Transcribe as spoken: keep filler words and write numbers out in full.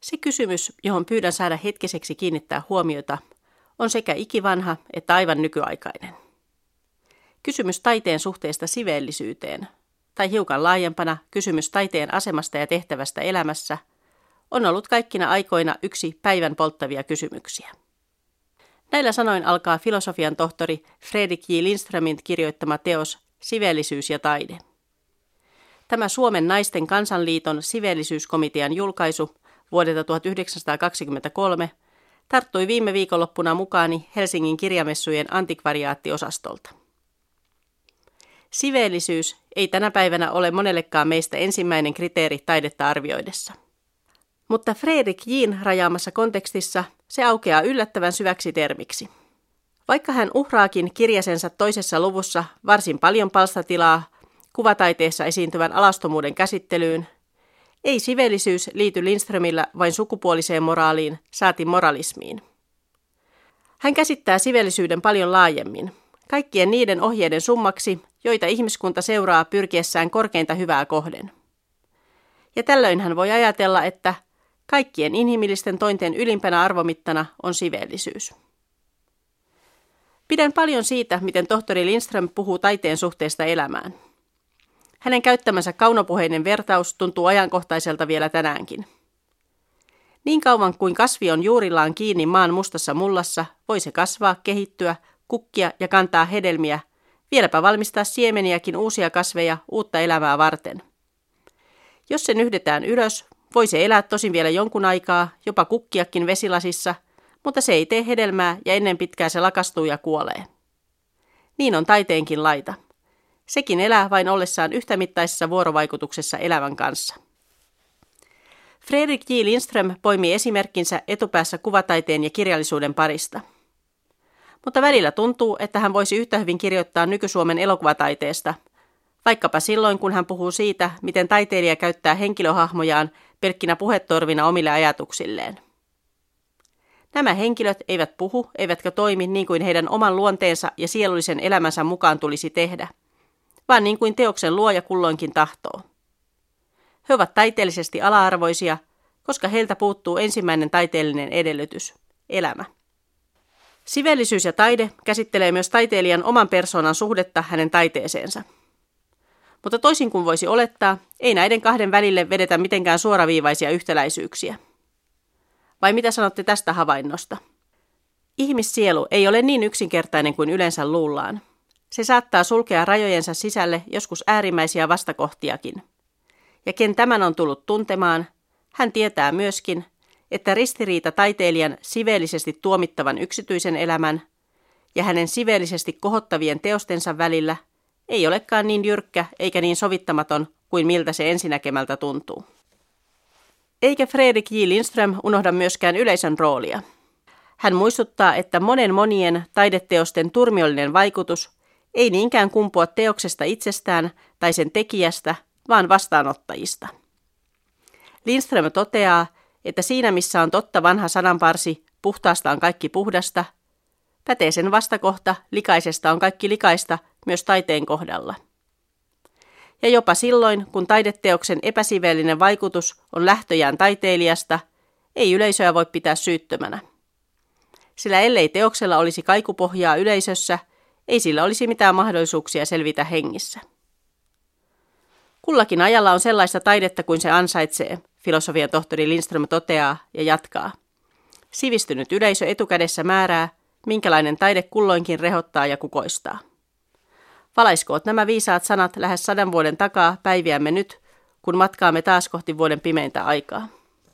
Se kysymys, johon pyydän saada hetkiseksi kiinnittää huomiota, on sekä ikivanha että aivan nykyaikainen. Kysymys taiteen suhteesta siveellisyyteen, tai hiukan laajempana kysymys taiteen asemasta ja tehtävästä elämässä, on ollut kaikkina aikoina yksi päivän polttavia kysymyksiä. Näillä sanoin alkaa filosofian tohtori Fredrik J. Lindströmin kirjoittama teos Siveellisyys ja taide. Tämä Suomen naisten kansanliiton siveellisyyskomitean julkaisu vuodelta tuhatyhdeksänsataakaksikymmentäkolme tarttui viime viikonloppuna mukaani Helsingin kirjamessujen antikvariaattiosastolta. Siveellisyys ei tänä päivänä ole monellekaan meistä ensimmäinen kriteeri taidetta arvioidessa. Mutta Fredrik J:n rajaamassa kontekstissa se aukeaa yllättävän syväksi termiksi. Vaikka hän uhraakin kirjasensa toisessa luvussa varsin paljon palstatilaa kuvataiteessa esiintyvän alastomuuden käsittelyyn, ei siveellisyys liity Lindströmillä vain sukupuoliseen moraaliin, saati moralismiin. Hän käsittää siveellisyyden paljon laajemmin, kaikkien niiden ohjeiden summaksi, joita ihmiskunta seuraa pyrkiessään korkeinta hyvää kohden. Ja tällöin hän voi ajatella, että kaikkien inhimillisten tointen ylimpänä arvomittana on siveellisyys. Pidän paljon siitä, miten tohtori Lindström puhuu taiteen suhteesta elämään. Hänen käyttämänsä kaunopuheinen vertaus tuntuu ajankohtaiselta vielä tänäänkin. Niin kauan kuin kasvi on juurillaan kiinni maan mustassa mullassa, voi se kasvaa, kehittyä, kukkia ja kantaa hedelmiä, vieläpä valmistaa siemeniäkin uusia kasveja uutta elämää varten. Jos se nyhdetään ylös, voi se elää tosin vielä jonkun aikaa, jopa kukkiakin vesilasissa, mutta se ei tee hedelmää ja ennen pitkää se lakastuu ja kuolee. Niin on taiteenkin laita. Sekin elää vain ollessaan yhtämittaisessa vuorovaikutuksessa elävän kanssa. Fredrik J. Lindström poimii esimerkkinsä etupäässä kuvataiteen ja kirjallisuuden parista. Mutta välillä tuntuu, että hän voisi yhtä hyvin kirjoittaa nyky-Suomen elokuvataiteesta, vaikkapa silloin, kun hän puhuu siitä, miten taiteilija käyttää henkilöhahmojaan pelkkinä puhetorvina omille ajatuksilleen. Nämä henkilöt eivät puhu, eivätkä toimi niin kuin heidän oman luonteensa ja sielullisen elämänsä mukaan tulisi tehdä, vaan niin kuin teoksen luoja kulloinkin tahtoo. He ovat taiteellisesti ala-arvoisia, koska heiltä puuttuu ensimmäinen taiteellinen edellytys, elämä. Siveellisyys ja taide käsittelee myös taiteilijan oman persoonan suhdetta hänen taiteeseensa. Mutta toisin kuin voisi olettaa, ei näiden kahden välille vedetä mitenkään suoraviivaisia yhtäläisyyksiä. Vai mitä sanotte tästä havainnosta? Ihmissielu ei ole niin yksinkertainen kuin yleensä luullaan. Se saattaa sulkea rajojensa sisälle joskus äärimmäisiä vastakohtiakin. Ja ken tämän on tullut tuntemaan, hän tietää myöskin, että ristiriita taiteilijan siveellisesti tuomittavan yksityisen elämän ja hänen siveellisesti kohottavien teostensa välillä ei olekaan niin jyrkkä eikä niin sovittamaton kuin miltä se ensinäkemältä tuntuu. Eikä Fredrik J. Lindström unohda myöskään yleisön roolia. Hän muistuttaa, että monen monien taideteosten turmiollinen vaikutus ei niinkään kumpua teoksesta itsestään tai sen tekijästä, vaan vastaanottajista. Lindström toteaa, että siinä missä on totta vanha sananparsi, puhtaasta on kaikki puhdasta, pätee sen vastakohta, likaisesta on kaikki likaista, myös taiteen kohdalla. Ja jopa silloin, kun taideteoksen epäsiveellinen vaikutus on lähtöjään taiteilijasta, ei yleisöä voi pitää syyttömänä. Sillä ellei teoksella olisi kaikupohjaa yleisössä, ei sillä olisi mitään mahdollisuuksia selvitä hengissä. Kullakin ajalla on sellaista taidetta kuin se ansaitsee, filosofian tohtori Lindström toteaa ja jatkaa. Sivistynyt yleisö etukädessä määrää, minkälainen taide kulloinkin rehottaa ja kukoistaa. Valaiskoot nämä viisaat sanat lähes sadan vuoden takaa päiviämme nyt, kun matkaamme taas kohti vuoden pimeintä aikaa.